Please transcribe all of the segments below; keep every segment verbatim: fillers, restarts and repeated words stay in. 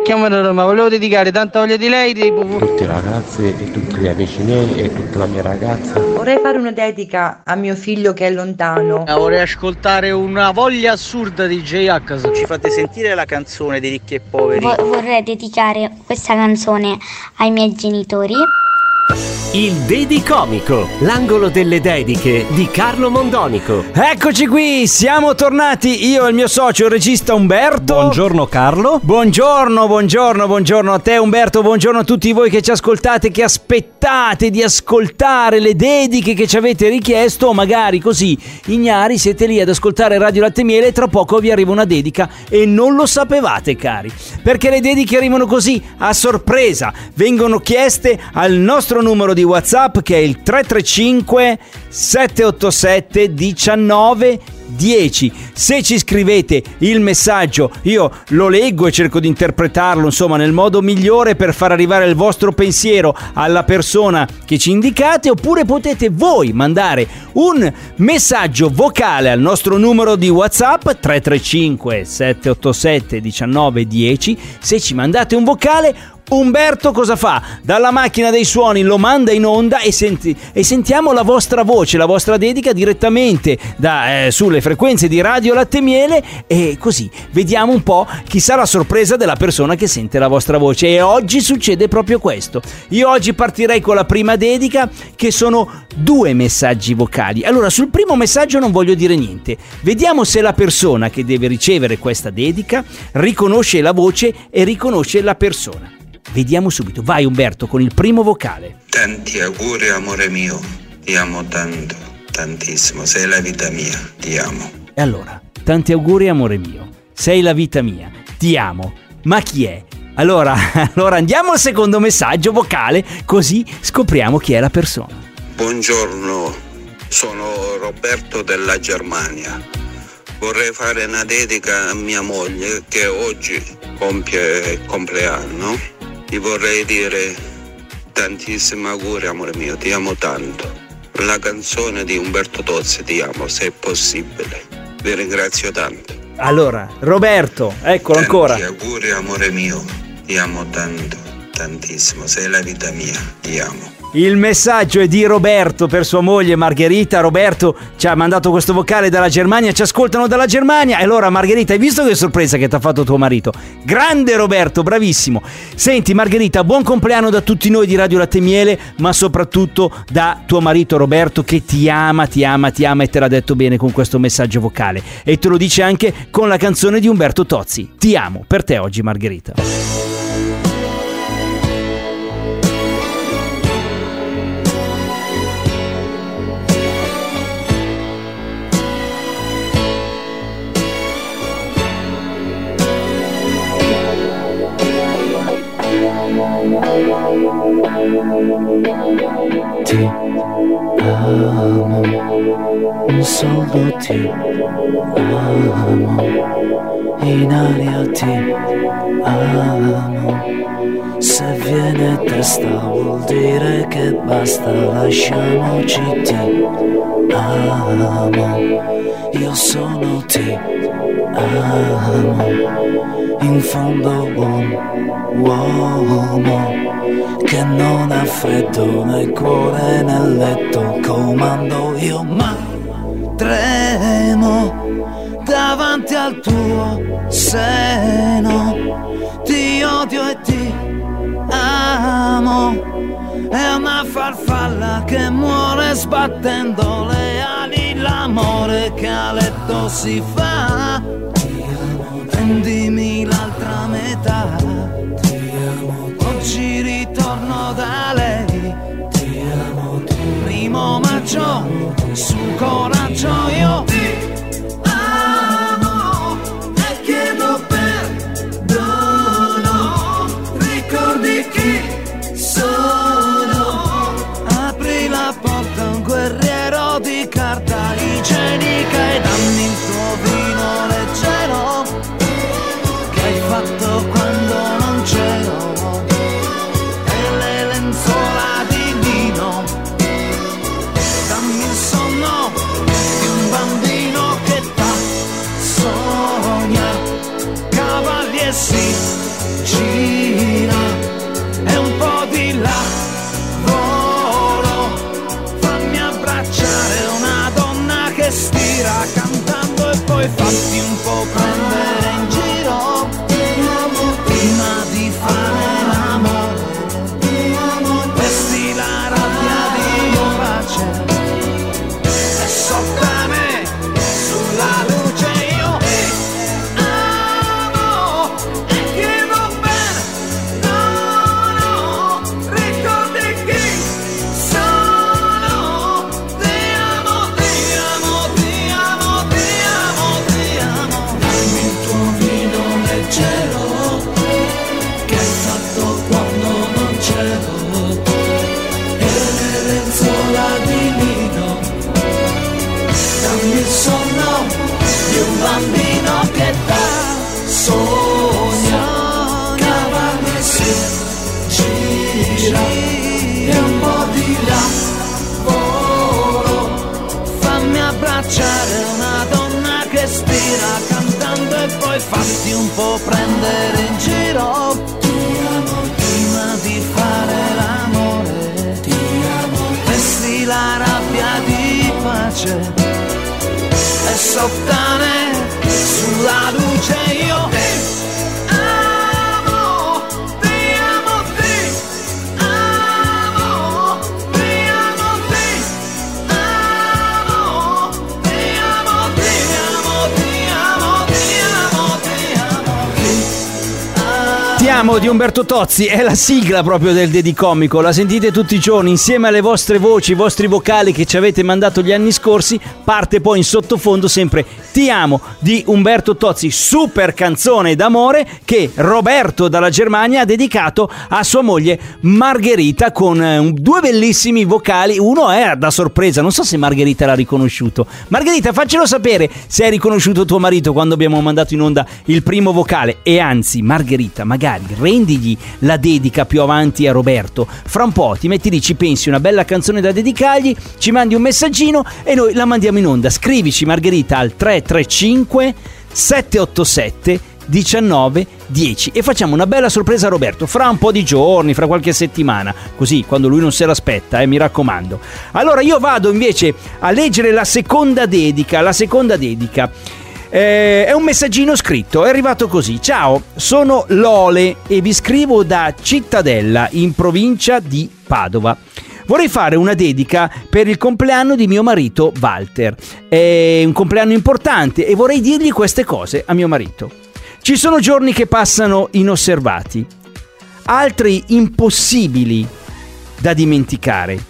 chiamo da Roma, volevo dedicare tanta voglia di lei tutti i ragazzi e tutti gli amici miei e tutta la mia ragazza. Vorrei fare una dedica a mio figlio che è lontano. Vorrei ascoltare una voglia assurda di J-H. Ci fate sentire la canzone di Ricchi e Poveri? Vo- vorrei dedicare questa canzone ai miei genitori. Il Dedicomico, l'angolo delle dediche di Carlo Mondonico. Eccoci qui, siamo tornati, io e il mio socio, il regista Umberto. Buongiorno Carlo. Buongiorno, buongiorno, buongiorno a te Umberto, buongiorno a tutti voi che ci ascoltate, che aspettate di ascoltare le dediche che ci avete richiesto, o magari così ignari siete lì ad ascoltare Radio Latte e Miele e tra poco vi arriva una dedica e non lo sapevate, cari, perché le dediche arrivano così, a sorpresa, vengono chieste al nostro numero di WhatsApp che è il tre tre cinque sette otto sette uno nove uno zero. Se ci scrivete il messaggio io lo leggo e cerco di interpretarlo insomma nel modo migliore per far arrivare il vostro pensiero alla persona che ci indicate, oppure potete voi mandare un messaggio vocale al nostro numero di WhatsApp tre tre cinque sette otto sette uno nove uno zero. Se ci mandate un vocale, Umberto cosa fa? Dalla macchina dei suoni lo manda in onda e, senti, e sentiamo la vostra voce, la vostra dedica direttamente da, eh, sulle frequenze di Radio Latte e Miele, e così vediamo un po' chi sarà la sorpresa della persona che sente la vostra voce. E oggi succede proprio questo. Io oggi partirei con la prima dedica, che sono due messaggi vocali. Allora, sul primo messaggio non voglio dire niente. Vediamo se la persona che deve ricevere questa dedica riconosce la voce e riconosce la persona. Vediamo subito. Vai Umberto con il primo vocale. Tanti auguri amore mio, ti amo tanto, tantissimo, sei la vita mia, ti amo. E allora, tanti auguri amore mio, sei la vita mia, ti amo. Ma chi è? Allora, allora andiamo al secondo messaggio vocale, così scopriamo chi è la persona. Buongiorno, sono Roberto della Germania. Vorrei fare una dedica a mia moglie che oggi compie il compleanno. Ti vorrei dire tantissimi auguri amore mio, ti amo tanto. La canzone di Umberto Tozzi, ti amo, se è possibile. Vi ringrazio tanto. Allora, Roberto, eccolo Tanti ancora. auguri amore mio, ti amo tanto, tantissimo, sei la vita mia, ti amo. Il messaggio è di Roberto per sua moglie Margherita. Roberto ci ha mandato questo vocale dalla Germania, ci ascoltano dalla Germania. E allora Margherita, hai visto che sorpresa che ti ha fatto tuo marito? Grande Roberto, bravissimo. Senti Margherita, buon compleanno da tutti noi di Radio Latte e Miele, ma soprattutto da tuo marito Roberto, che ti ama, ti ama, ti ama e te l'ha detto bene con questo messaggio vocale. E te lo dice anche con la canzone di Umberto Tozzi. Ti amo, per te oggi Margherita. Ti amo, solo ti amo, in aria ti amo. Se viene testa vuol dire che basta, lasciamoci, ti amo. Io sono ti amo, in fondo buon uomo che non ha freddo nel cuore nel letto, comando io ma tremo davanti al tuo seno, ti odio e ti amo, è una farfalla che muore sbattendo le ali, l'amore che a letto si fa, prendimi l'altra metà, oggi ritorno da lei, ti amo, ti primo maggio, su coraggio io ti amo e chiedo perdono, ricordi chi sono, apri la porta a un guerriero di carta igienica e dammi il tuo vino leggero che hai fatto quando non c'ero, e le lenzuola di vino, dammi gira e un po' di là volo. Fammi abbracciare una donna che stira cantando e poi fatti un po' prendere in giro prima di fare l'amore. Vesti la rabbia di pace e sopra me sulla luce io amo e chiedo bene. No, no, ricordi chi sono. Ti amo, ti amo, ti amo, ti amo, ti amo. Dammi il tuo vino leggero che hai fatto quando non c'ero e le lenzuola di lino. Dammi il sonno di un bambino che da sogna, cavalli si gira e un po' di là volo. Fammi abbracciare una donna che stira cantando e poi fatti un po' prendere in giro. Ti amo prima di fare l'amore. Ti amo. Vesti la rabbia di pace e sottane sulla luce io ti amo, ti amo, ti amo, ti amo, ti amo, ti amo, ti amo, ti amo, ti amo, ti amo, ti amo. Ti amo di Umberto Tozzi è la sigla proprio del Dedicomico, la sentite tutti i giorni insieme alle vostre voci, i vostri vocali che ci avete mandato gli anni scorsi. Parte poi in sottofondo sempre Ti amo di Umberto Tozzi, super canzone d'amore che Roberto dalla Germania ha dedicato a sua moglie Margherita con eh, due bellissimi vocali. Uno è da sorpresa, non so se Margherita l'ha riconosciuto. Margherita, faccelo sapere se hai riconosciuto tuo marito quando abbiamo mandato in onda il primo vocale. E anzi, Margherita, magari rendigli la dedica più avanti a Roberto. Fra un po' ti metti lì, ci pensi una bella canzone da dedicargli, ci mandi un messaggino e noi la mandiamo in onda. Scrivici Margherita al tre tre cinque sette otto sette diciannove dieci e facciamo una bella sorpresa a Roberto fra un po' di giorni, fra qualche settimana, così quando lui non se l'aspetta, eh, mi raccomando. Allora io vado invece a leggere la seconda dedica. La seconda dedica Eh, è un messaggino scritto, è arrivato così: ciao, sono Lole e vi scrivo da Cittadella in provincia di Padova. Vorrei fare una dedica per il compleanno di mio marito Walter. È un compleanno importante e vorrei dirgli queste cose a mio marito. Ci sono giorni che passano inosservati, altri impossibili da dimenticare,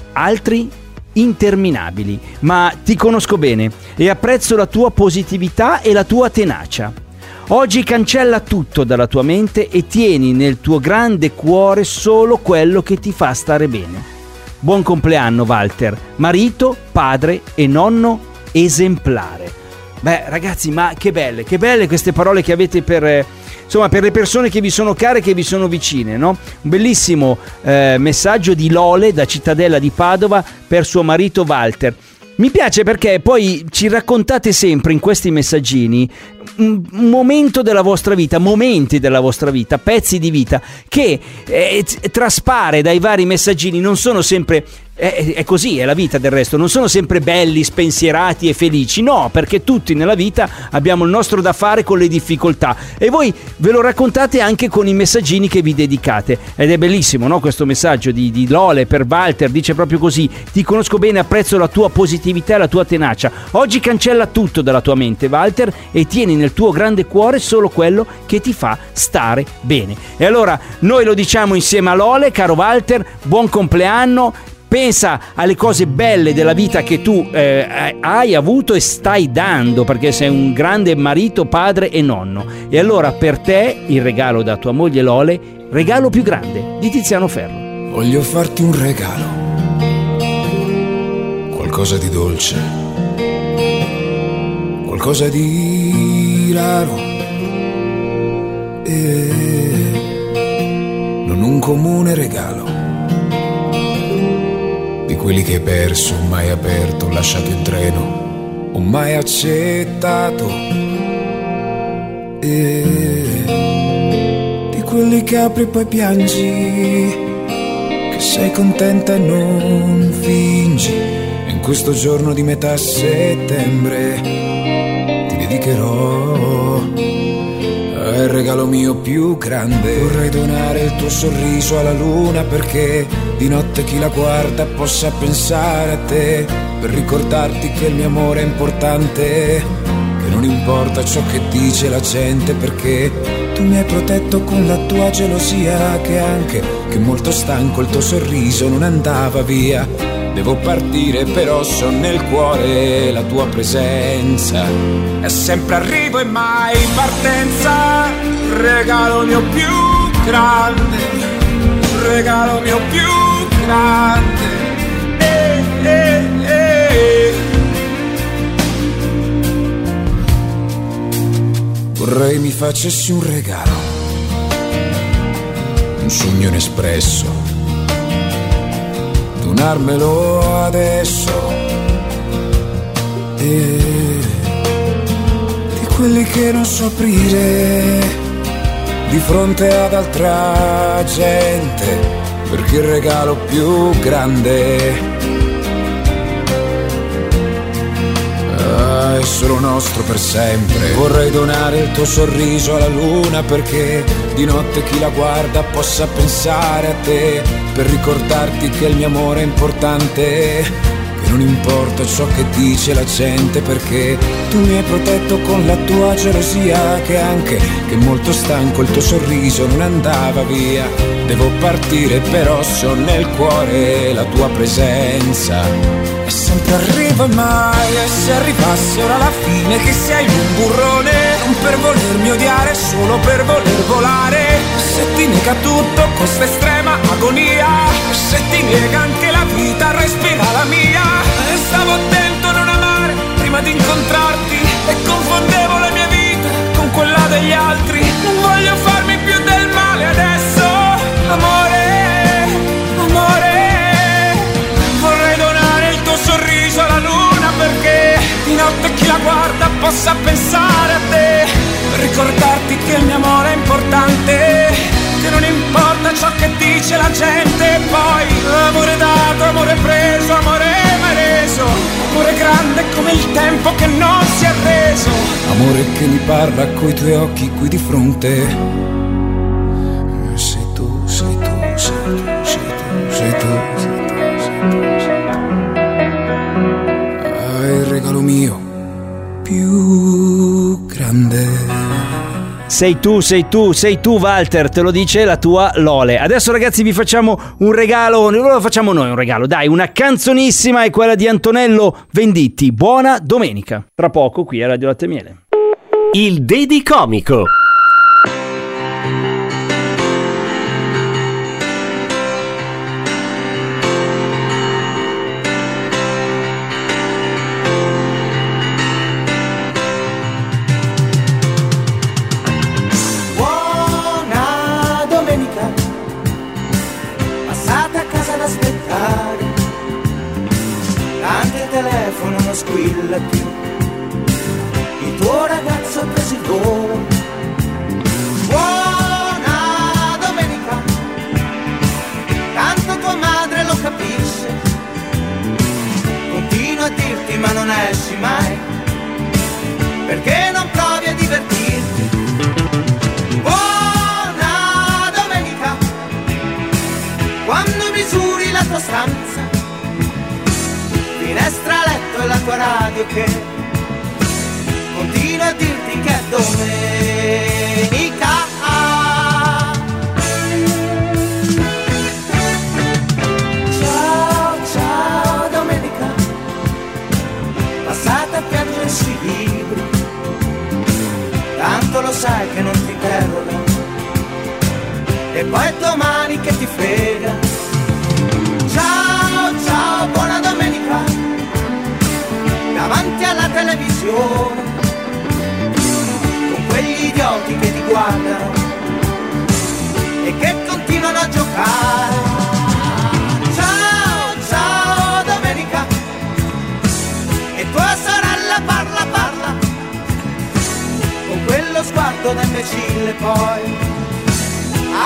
altri interminabili, ma ti conosco bene e apprezzo la tua positività e la tua tenacia. Oggi cancella tutto dalla tua mente e tieni nel tuo grande cuore solo quello che ti fa stare bene. Buon compleanno Walter, marito, padre e nonno esemplare. Beh ragazzi, ma che belle, che belle queste parole che avete per... Eh, insomma, per le persone che vi sono care, che vi sono vicine, no? Un bellissimo eh, messaggio di Lole da Cittadella di Padova per suo marito Walter. Mi piace perché poi ci raccontate sempre in questi messaggini un momento della vostra vita, momenti della vostra vita, pezzi di vita che eh, traspare dai vari messaggini. Non sono sempre... È, è così, è la vita del resto, non sono sempre belli, spensierati e felici, no, perché tutti nella vita abbiamo il nostro da fare con le difficoltà e voi ve lo raccontate anche con i messaggini che vi dedicate. Ed è bellissimo, no? Questo messaggio di, di Lole per Walter dice proprio così: ti conosco bene, apprezzo la tua positività e la tua tenacia. Oggi cancella tutto dalla tua mente Walter e tieni nel tuo grande cuore solo quello che ti fa stare bene. E allora noi lo diciamo insieme a Lole: caro Walter, buon compleanno. Pensa alle cose belle della vita che tu eh, hai avuto e stai dando, perché sei un grande marito, padre e nonno. E allora per te il regalo da tua moglie Lole, regalo più grande, di Tiziano Ferro. Voglio farti un regalo, qualcosa di dolce, qualcosa di raro, e non un comune regalo di quelli che hai perso, mai aperto, lasciato in treno o mai accettato, e di quelli che apri e poi piangi, che sei contenta e non fingi. E in questo giorno di metà settembre ti dedicherò al regalo mio più grande. Vorrei donare il tuo sorriso alla luna, perché di notte chi la guarda possa pensare a te, per ricordarti che il mio amore è importante, che non importa ciò che dice la gente, perché tu mi hai protetto con la tua gelosia, che anche che molto stanco il tuo sorriso non andava via. Devo partire però so nel cuore la tua presenza, è sempre arrivo e mai partenza. Regalo mio più grande, regalo mio più grande. Eh, eh, eh. Vorrei mi facessi un regalo, un sogno inespresso, donarmelo adesso, e di quelli che non so aprire di fronte ad altra gente, perché il regalo più grande è solo nostro per sempre. Vorrei donare il tuo sorriso alla luna, perché di notte chi la guarda possa pensare a te, per ricordarti che il mio amore è importante, che non importa ciò che dice la gente, perché tu mi hai protetto con la tua gelosia, che anche che molto stanco il tuo sorriso non andava via. Devo partire però so nel cuore la tua presenza, e sempre arrivo e mai. E se arrivasse ora la fine, che sei un burrone, non per volermi odiare, solo per voler volare. Se ti nega tutto questa estrema agonia, se ti nega anche la vita, respira la mia. E stavo attento a non amare prima di incontrarti, e confondevo la mia vita con quella degli altri. Non voglio farmi più del male adesso, amore, amore. Vorrei donare il tuo sorriso alla luna, perché di notte chi la guarda possa pensare a te, per ricordarti che il mio amore è importante, che non importa ciò che dice la gente. Poi amore dato, amore preso, amore mai reso, amore grande come il tempo che non si è reso, amore che mi parla coi tuoi occhi qui di fronte. Sei tu, sei tu, sei tu, sei tu, sei tu, sei tu, sei tu, sei tu. Ah, il regalo mio più grande. Sei tu, sei tu, sei tu Walter, te lo dice la tua Lole. Adesso ragazzi vi facciamo un regalo, lo facciamo noi un regalo, dai, una canzonissima, è quella di Antonello Venditti. Buona domenica, tra poco qui a Radio Latte e Miele. Il Dedicomico. Squilla più, il tuo ragazzo ha preso il volo. Buona domenica, tanto tua madre lo capisce, continua a dirti ma non esci mai, perché non provi a divertirti. Buona domenica, quando misuri la tua stanza, finestra, letto e la tua radio che continua a dirti che è domenica. Ciao, ciao domenica, passate a piangere sui libri, tanto lo sai che non ti interroga, e poi è domani che ti frega. Ciao, ciao, buona domenica, davanti alla televisione, con quegli idioti che ti guardano e che continuano a giocare. Ciao, ciao domenica, e tua sorella parla, parla, con quello sguardo da imbecille. Poi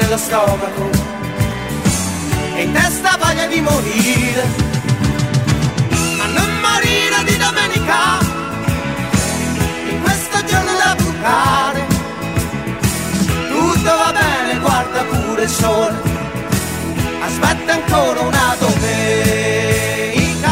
nello stomaco e in testa voglia di morire, ma non morire di domenica, in questo giorno da bucare. Tutto va bene, guarda pure il sole, aspetta ancora una domenica.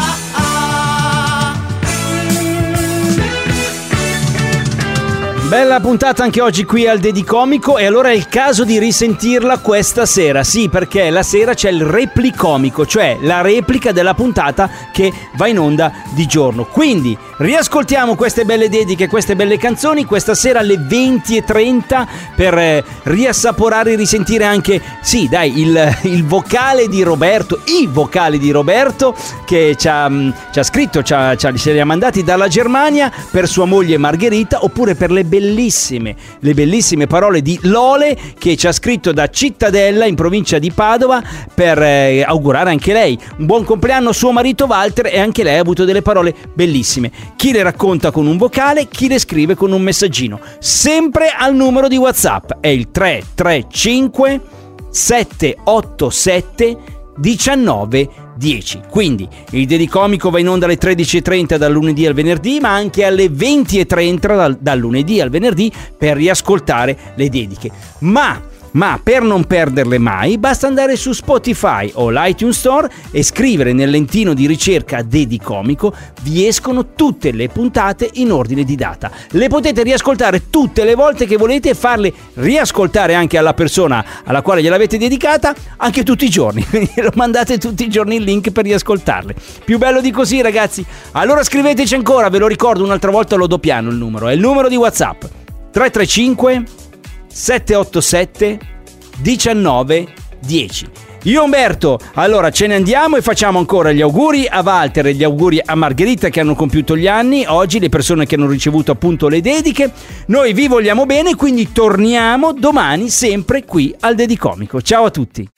Bella puntata anche oggi qui al Dedicomico, e allora è il caso di risentirla questa sera. Sì, perché la sera c'è il replicomico, cioè la replica della puntata che va in onda di giorno. Quindi riascoltiamo queste belle dediche, queste belle canzoni questa sera alle venti e trenta per eh, riassaporare e risentire anche, sì dai, il, il vocale di Roberto, i vocali di Roberto che ci ha, ci ha scritto, ci ha, ci ha, ce li ha mandati dalla Germania per sua moglie Margherita, oppure per le bellissime, le bellissime parole di Lole che ci ha scritto da Cittadella in provincia di Padova per eh, augurare anche lei un buon compleanno a suo marito Walter, e anche lei ha avuto delle parole bellissime. Chi le racconta con un vocale, chi le scrive con un messaggino, sempre al numero di WhatsApp, è il tre tre cinque sette otto sette diciannove dieci. Quindi il Dedicomico va in onda alle tredici e trenta dal lunedì al venerdì, ma anche alle venti e trenta dal, dal lunedì al venerdì per riascoltare le dediche. Ma Ma per non perderle mai basta andare su Spotify o l'iTunes Store e scrivere nel lentino di ricerca Dedicomico, vi escono tutte le puntate in ordine di data. Le potete riascoltare tutte le volte che volete e farle riascoltare anche alla persona alla quale gliel'avete dedicata anche tutti i giorni. Quindi lo mandate tutti i giorni il link per riascoltarle. Più bello di così, ragazzi. Allora scriveteci ancora, ve lo ricordo un'altra volta, lo doppiano il numero, è il numero di WhatsApp tre tre cinque sette otto sette diciannove dieci. Io Umberto, allora ce ne andiamo e facciamo ancora gli auguri a Walter e gli auguri a Margherita che hanno compiuto gli anni oggi, le persone che hanno ricevuto appunto le dediche. Noi vi vogliamo bene, quindi torniamo domani sempre qui al Dedicomico. Ciao a tutti.